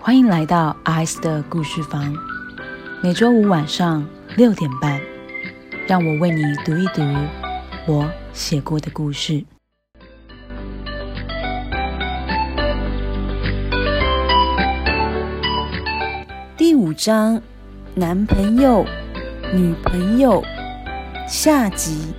欢迎来到 ICE 的故事房，每周五晚上6点半，让我为你读一读我写过的故事。第5章，男朋友、女朋友，下集。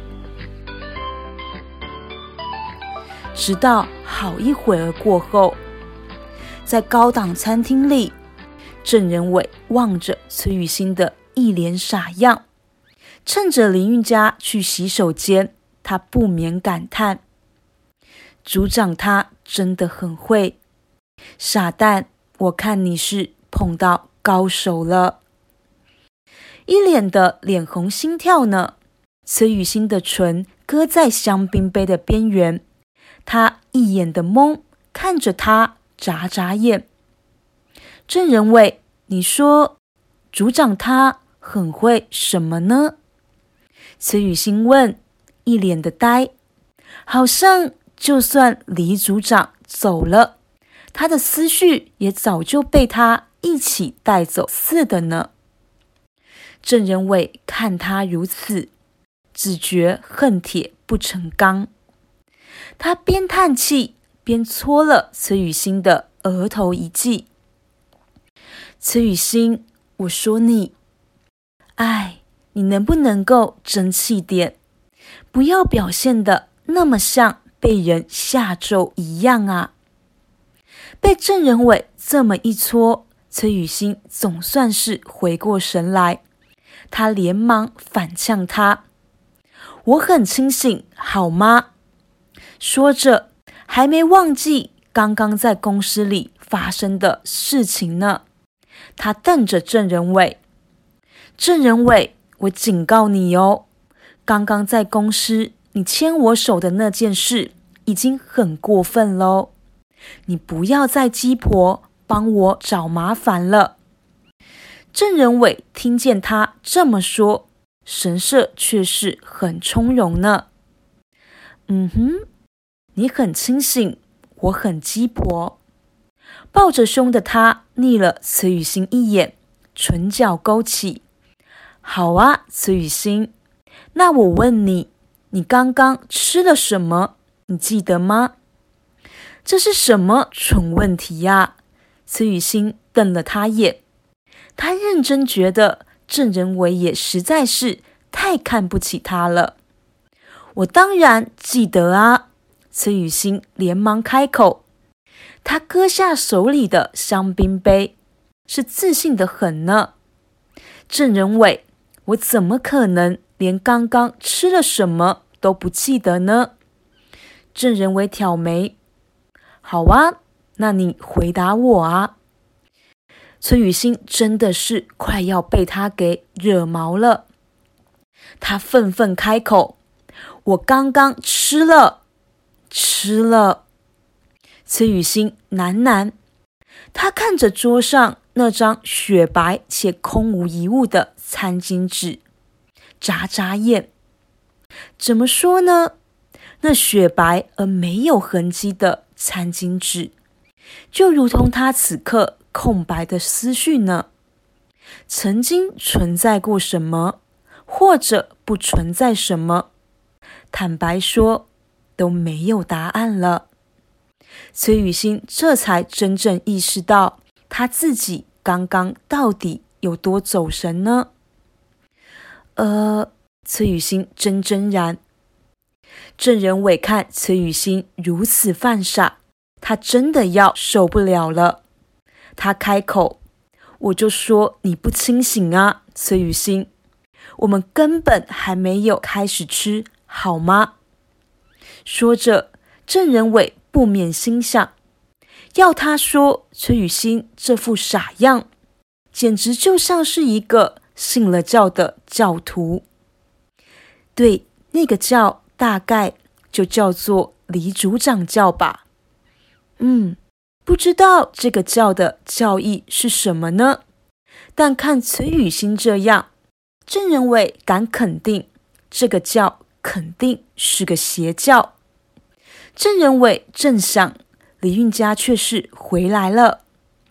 直到好一会儿过后，在高档餐厅里，郑仁伟望着崔雨欣的一脸傻样，趁着林韵嘉去洗手间，他不免感叹：组长他真的很会，傻蛋，我看你是碰到高手了。一脸的脸红心跳呢，崔雨欣的唇搁在香槟杯的边缘，他一眼的懵，看着他眨眨眼。郑仁伟，你说组长他很会什么呢？崔雨欣问，一脸的呆，好像就算李组长走了，他的思绪也早就被他一起带走似的呢。郑仁伟看他如此，只觉恨铁不成钢。他边叹气边搓了崔雨欣的额头一记。崔雨欣，我说你，你能不能够争气点，不要表现得那么像被人下咒一样啊。被郑仁伟这么一搓，崔雨欣总算是回过神来，他连忙反呛他：我很清醒好吗？说着还没忘记刚刚在公司里发生的事情呢。他瞪着郑仁伟：郑仁伟，我警告你哦，刚刚在公司你牵我手的那件事已经很过分咯，你不要再鸡婆帮我找麻烦了。郑仁伟听见他这么说，神色却是很从容呢。你很清醒，我很鸡婆。抱着胸的他睨了崔雨欣一眼，唇角勾起。好啊，崔雨欣，那我问你，你刚刚吃了什么？你记得吗？这是什么蠢问题呀？崔雨欣瞪了他眼，他认真觉得郑仁伟也实在是太看不起他了。我当然记得啊。崔雨欣连忙开口，他搁下手里的香槟杯，是自信得很呢。郑仁伟，我怎么可能连刚刚吃了什么都不记得呢？郑仁伟挑眉，好啊，那你回答我啊。崔雨欣真的是快要被他给惹毛了，他愤愤开口，我刚刚吃了。崔雨欣喃，他看着桌上那张雪白且空无一物的餐巾纸，眨眨眼。怎么说呢？那雪白而没有痕迹的餐巾纸，就如同他此刻空白的思绪呢。曾经存在过什么，或者不存在什么，坦白说都没有答案了。崔雨欣这才真正意识到他自己刚刚到底有多走神呢？崔雨欣怔然。郑仁伟看崔雨欣如此犯傻，他真的要受不了了。他开口，我就说你不清醒啊，崔雨欣，我们根本还没有开始吃，好吗？说着，郑仁伟不免心想，要他说崔雨欣这副傻样，简直就像是一个信了教的教徒。对，那个教大概就叫做李组长教吧。不知道这个教的教义是什么呢？但看崔雨欣这样，郑仁伟敢肯定，这个教肯定是个邪教。郑仁伟正想，李韵嘉却是回来了。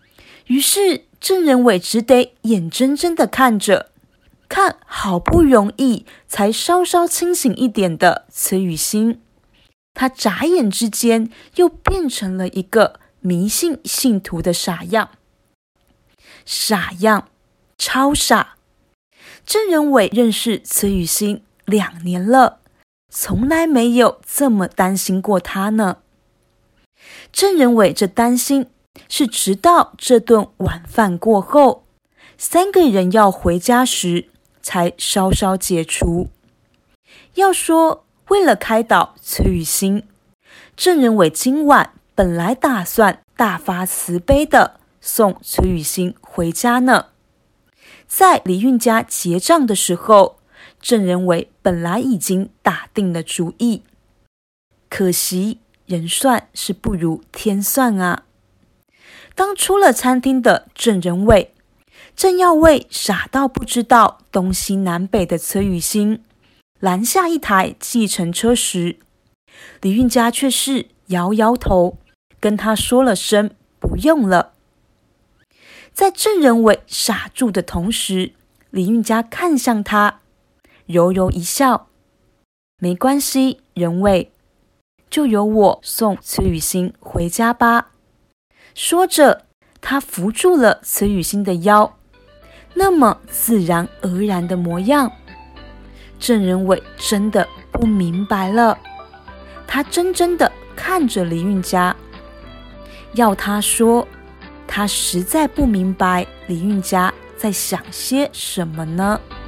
于是郑仁伟只得眼睁睁地看着，看好不容易才稍稍清醒一点的崔雨欣，他眨眼之间又变成了一个迷信信徒的傻样。傻样，超傻。郑仁伟认识崔雨欣2年了，从来没有这么担心过他呢。郑仁伟这担心是直到这顿晚饭过后，3个人要回家时才稍稍解除。要说为了开导崔雨欣，郑仁伟今晚本来打算大发慈悲的送崔雨欣回家呢。在李运家结账的时候，郑仁伟本来已经打定了主意，可惜人算是不如天算啊。当出了餐厅的郑仁伟正要为傻到不知道东西南北的崔雨欣拦下一台计程车时，李运家却是摇摇头，跟他说了声不用了。在郑仁伟傻住的同时，李运家看向他，柔柔一笑，没关系，仁伟，就由我送崔雨欣回家吧。说着，他扶住了崔雨欣的腰，那么自然而然的模样。郑仁伟真的不明白了，他怔怔地看着李运家，要他说，他实在不明白李运家在想些什么呢？